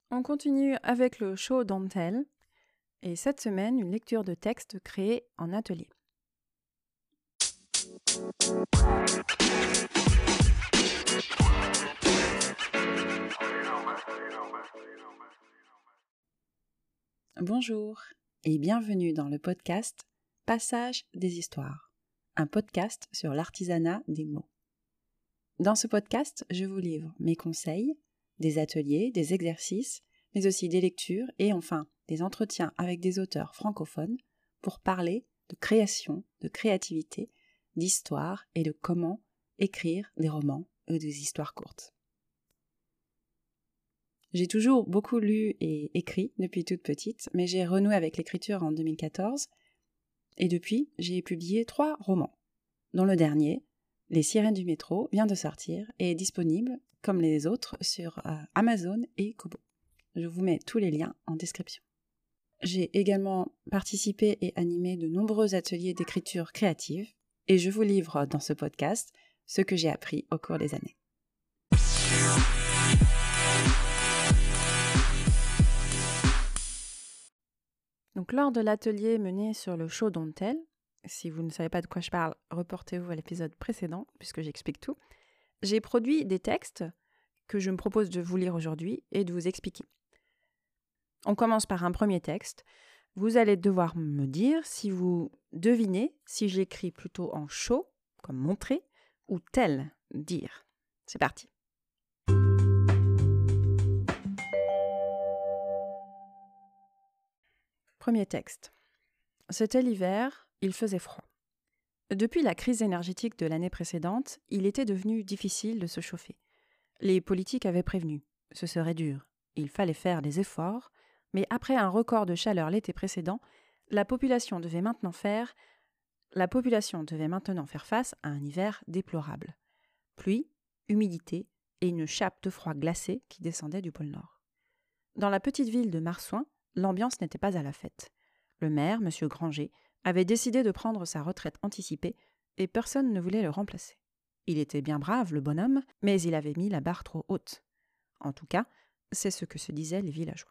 On continue avec le show don't tell et cette semaine, une lecture de texte créée en atelier. Bonjour et bienvenue dans le podcast Passage des histoires, un podcast sur l'artisanat des mots. Dans ce podcast, je vous livre mes conseils, des ateliers, des exercices, mais aussi des lectures et enfin des entretiens avec des auteurs francophones pour parler de création, de créativité, d'histoire et de comment écrire des romans ou des histoires courtes. J'ai toujours beaucoup lu et écrit depuis toute petite, mais j'ai renoué avec l'écriture en 2014 et depuis, j'ai publié 3 romans, dont le dernier, Les sirènes du métro, vient de sortir et est disponible, comme les autres, sur Amazon et Kobo. Je vous mets tous les liens en description. J'ai également participé et animé de nombreux ateliers d'écriture créative et je vous livre dans ce podcast ce que j'ai appris au cours des années. Donc, lors de l'atelier mené sur le show don't tell, si vous ne savez pas de quoi je parle, reportez-vous à l'épisode précédent puisque j'explique tout. J'ai produit des textes que je me propose de vous lire aujourd'hui et de vous expliquer. On commence par un premier texte. Vous allez devoir me dire si vous devinez si j'écris plutôt en show, comme montrer, ou tell, dire. C'est parti. Premier texte. C'était l'hiver, il faisait froid. Depuis la crise énergétique de l'année précédente, il était devenu difficile de se chauffer. Les politiques avaient prévenu. Ce serait dur. Il fallait faire des efforts, mais après un record de chaleur l'été précédent, la population devait maintenant faire face à un hiver déplorable. Pluie, humidité et une chape de froid glacé qui descendait du pôle Nord. Dans la petite ville de Marsouin, l'ambiance n'était pas à la fête. Le maire, M. Granger, avait décidé de prendre sa retraite anticipée et personne ne voulait le remplacer. Il était bien brave, le bonhomme, mais il avait mis la barre trop haute. En tout cas, c'est ce que se disaient les villageois.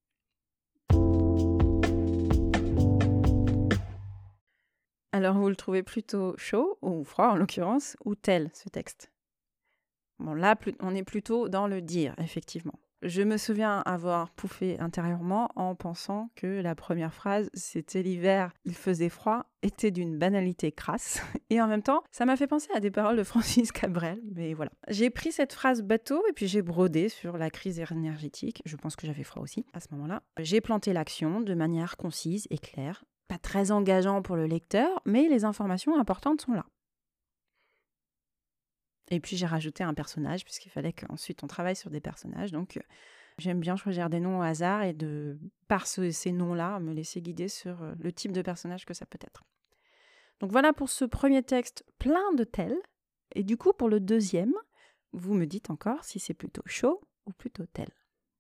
Alors, vous le trouvez plutôt chaud, ou froid en l'occurrence, ou tel, ce texte ? Bon, là, on est plutôt dans le dire, effectivement. Je me souviens avoir pouffé intérieurement en pensant que la première phrase, c'était l'hiver, il faisait froid, était d'une banalité crasse. Et en même temps, ça m'a fait penser à des paroles de Francis Cabrel, mais voilà. J'ai pris cette phrase bateau et puis j'ai brodé sur la crise énergétique. Je pense que j'avais froid aussi à ce moment-là. J'ai planté l'action de manière concise et claire. Pas très engageant pour le lecteur, mais les informations importantes sont là. Et puis j'ai rajouté un personnage, puisqu'il fallait qu'ensuite on travaille sur des personnages. Donc j'aime bien choisir des noms au hasard et par ces noms-là, me laisser guider sur le type de personnage que ça peut être. Donc voilà pour ce premier texte plein de tels. Et du coup, pour le deuxième, vous me dites encore si c'est plutôt chaud ou plutôt tel.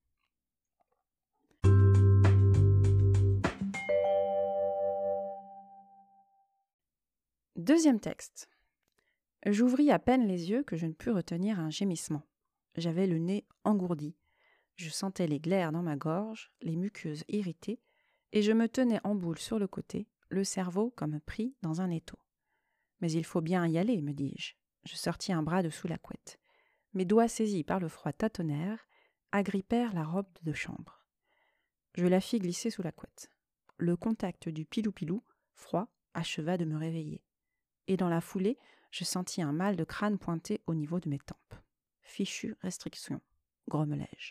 Deuxième texte. J'ouvris à peine les yeux que je ne pus retenir un gémissement. J'avais le nez engourdi. Je sentais les glaires dans ma gorge, les muqueuses irritées, et je me tenais en boule sur le côté, le cerveau comme pris dans un étau. Mais il faut bien y aller, me dis-je. Je sortis un bras de sous la couette. Mes doigts saisis par le froid tâtonnaire agrippèrent la robe de chambre. Je la fis glisser sous la couette. Le contact du pilou-pilou, froid, acheva de me réveiller. Et dans la foulée, je sentis un mal de crâne pointer au niveau de mes tempes. Fichue restriction, grommelai-je.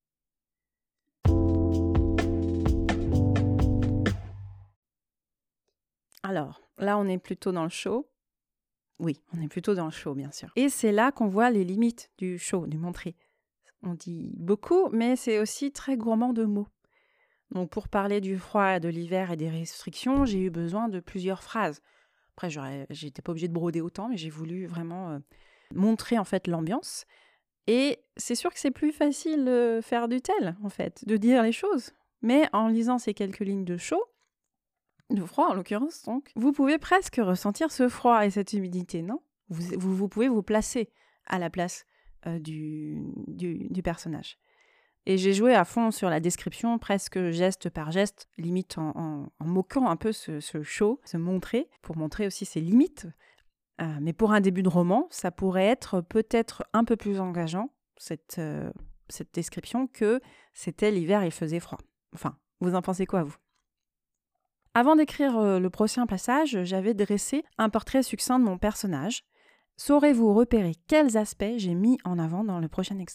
Alors, là, on est plutôt dans le show. Oui, on est plutôt dans le show, bien sûr. Et c'est là qu'on voit les limites du show, du montrer. On dit beaucoup, mais c'est aussi très gourmand de mots. Donc, pour parler du froid, de l'hiver et des restrictions, j'ai eu besoin de plusieurs phrases. Après, j'étais pas obligée de broder autant, mais j'ai voulu vraiment montrer en fait l'ambiance. Et c'est sûr que c'est plus facile de faire du tel, en fait, de dire les choses. Mais en lisant ces quelques lignes de chaud, de froid en l'occurrence, donc, vous pouvez presque ressentir ce froid et cette humidité, non ? Vous pouvez vous placer à la place du personnage. Et j'ai joué à fond sur la description, presque geste par geste, limite en moquant un peu ce show, se montrer, pour montrer aussi ses limites. Mais pour un début de roman, ça pourrait être peut-être un peu plus engageant, cette description, que c'était l'hiver, il faisait froid. Enfin, vous en pensez quoi, vous ? Avant d'écrire le prochain passage, j'avais dressé un portrait succinct de mon personnage. Saurez-vous repérer quels aspects j'ai mis en avant dans le prochain extrait ?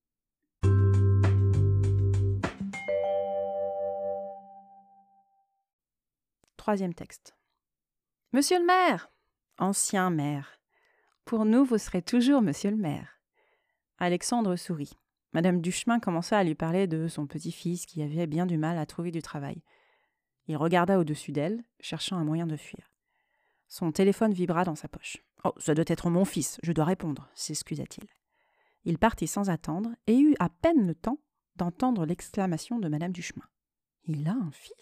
Troisième texte. Monsieur le maire ! Ancien maire. Pour nous, vous serez toujours monsieur le maire. Alexandre sourit. Madame Duchemin commença à lui parler de son petit-fils qui avait bien du mal à trouver du travail. Il regarda au-dessus d'elle, cherchant un moyen de fuir. Son téléphone vibra dans sa poche. « Oh, ça doit être mon fils, je dois répondre », s'excusa-t-il. Il partit sans attendre et eut à peine le temps d'entendre l'exclamation de Madame Duchemin. « Il a un fils ?»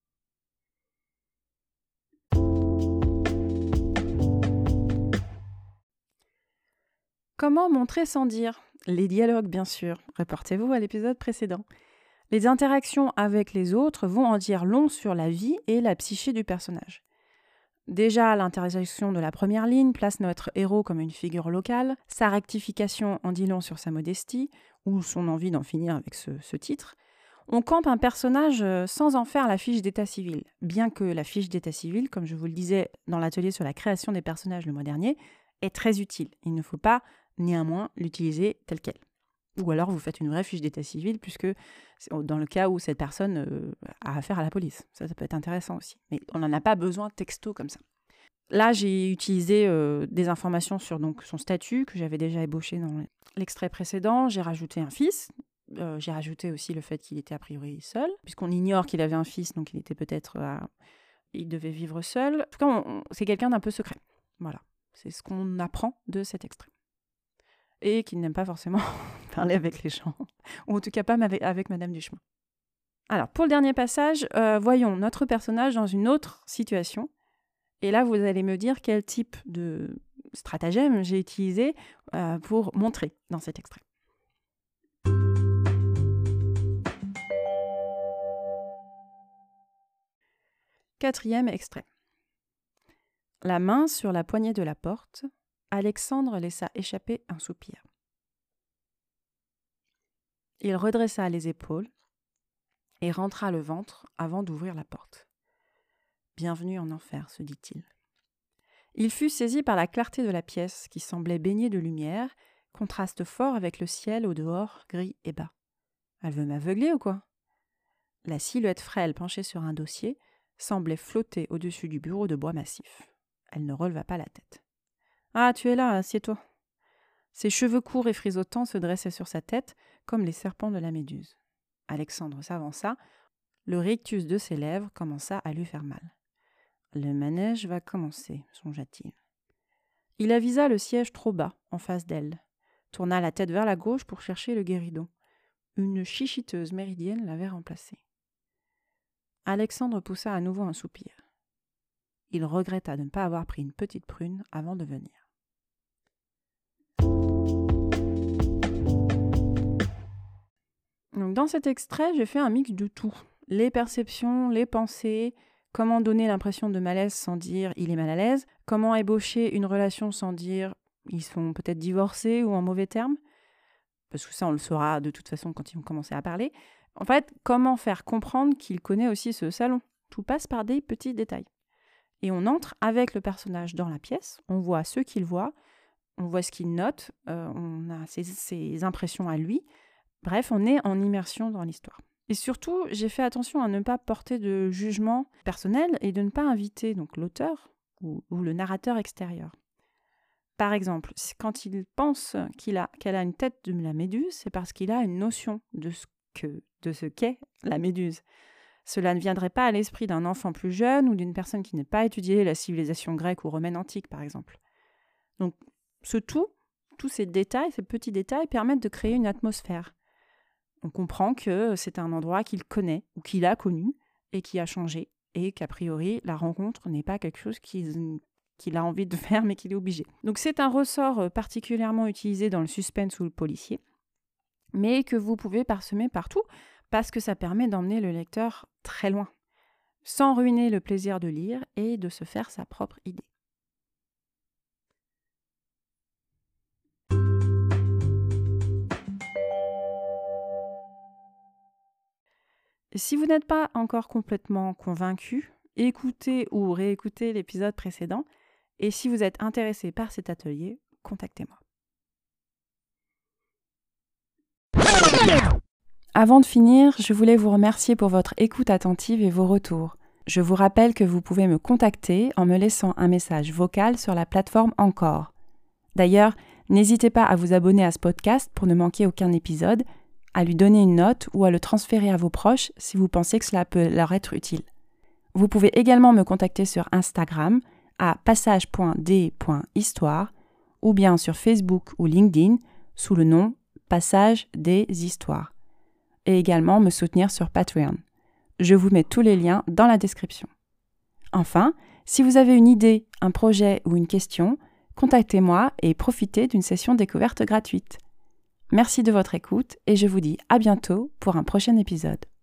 Comment montrer sans dire ? Les dialogues, bien sûr. Reportez-vous à l'épisode précédent. Les interactions avec les autres vont en dire long sur la vie et la psyché du personnage. Déjà, l'intersection de la première ligne place notre héros comme une figure locale. Sa rectification en dit long sur sa modestie, ou son envie d'en finir avec ce titre. On campe un personnage sans en faire la fiche d'état civil. Bien que la fiche d'état civil, comme je vous le disais dans l'atelier sur la création des personnages le mois dernier, est très utile. Il ne faut pas néanmoins l'utiliser telle quelle. Ou alors vous faites une vraie fiche d'état civil, puisque dans le cas où cette personne a affaire à la police. Ça peut être intéressant aussi. Mais on n'en a pas besoin texto comme ça. Là, j'ai utilisé des informations sur donc, son statut, que j'avais déjà ébauché dans l'extrait précédent. J'ai rajouté un fils. J'ai rajouté aussi le fait qu'il était a priori seul, puisqu'on ignore qu'il avait un fils, donc il était peut-être... il devait vivre seul. En tout cas, c'est quelqu'un d'un peu secret. Voilà. C'est ce qu'on apprend de cet extrait. Et qu'il n'aime pas forcément parler avec les gens, ou en tout cas pas avec Madame Duchemin. Alors, pour le dernier passage, voyons notre personnage dans une autre situation. Et là, vous allez me dire quel type de stratagème j'ai utilisé pour montrer dans cet extrait. Quatrième extrait. La main sur la poignée de la porte, Alexandre laissa échapper un soupir. Il redressa les épaules et rentra le ventre avant d'ouvrir la porte. « Bienvenue en enfer », se dit-il. Il fut saisi par la clarté de la pièce qui semblait baignée de lumière, contraste fort avec le ciel au dehors, gris et bas. « Elle veut m'aveugler ou quoi ?» La silhouette frêle penchée sur un dossier semblait flotter au-dessus du bureau de bois massif. Elle ne releva pas la tête. « Ah, tu es là, assieds-toi. » Ses cheveux courts et frisottants se dressaient sur sa tête comme les serpents de la méduse. Alexandre s'avança. Le rictus de ses lèvres commença à lui faire mal. « Le manège va commencer, songea-t-il. » Il avisa le siège trop bas, en face d'elle, tourna la tête vers la gauche pour chercher le guéridon. Une chichiteuse méridienne l'avait remplacé. Alexandre poussa à nouveau un soupir. Il regretta de ne pas avoir pris une petite prune avant de venir. Donc dans cet extrait, j'ai fait un mix de tout. Les perceptions, les pensées, comment donner l'impression de malaise sans dire « il est mal à l'aise », comment ébaucher une relation sans dire « ils sont peut-être divorcés ou en mauvais termes », parce que ça on le saura de toute façon quand ils vont commencer à parler. En fait, comment faire comprendre qu'il connaît aussi ce salon. Tout passe par des petits détails. Et on entre avec le personnage dans la pièce, on voit ce qu'il voit, on voit ce qu'il note, on a ses impressions à lui. Bref, on est en immersion dans l'histoire. Et surtout, j'ai fait attention à ne pas porter de jugement personnel et de ne pas inviter donc l'auteur ou le narrateur extérieur. Par exemple, quand il pense qu'elle a une tête de la méduse, c'est parce qu'il a une notion de ce qu'est la méduse. Cela ne viendrait pas à l'esprit d'un enfant plus jeune ou d'une personne qui n'ait pas étudié la civilisation grecque ou romaine antique, par exemple. Donc, tous ces détails, ces petits détails, permettent de créer une atmosphère. On comprend que c'est un endroit qu'il connaît ou qu'il a connu et qui a changé et qu'a priori, la rencontre n'est pas quelque chose qu'il a envie de faire mais qu'il est obligé. Donc c'est un ressort particulièrement utilisé dans le suspense ou le policier. mais que vous pouvez parsemer partout parce que ça permet d'emmener le lecteur très loin, sans ruiner le plaisir de lire et de se faire sa propre idée. Si vous n'êtes pas encore complètement convaincu, écoutez ou réécoutez l'épisode précédent et si vous êtes intéressé par cet atelier, contactez-moi. Avant de finir, je voulais vous remercier pour votre écoute attentive et vos retours. Je vous rappelle que vous pouvez me contacter en me laissant un message vocal sur la plateforme Encore. D'ailleurs, n'hésitez pas à vous abonner à ce podcast pour ne manquer aucun épisode, à lui donner une note ou à le transférer à vos proches si vous pensez que cela peut leur être utile. Vous pouvez également me contacter sur Instagram à passage.d.histoire ou bien sur Facebook ou LinkedIn sous le nom Passage des Histoires. Et également me soutenir sur Patreon. Je vous mets tous les liens dans la description. Enfin, si vous avez une idée, un projet ou une question, contactez-moi et profitez d'une session découverte gratuite. Merci de votre écoute et je vous dis à bientôt pour un prochain épisode.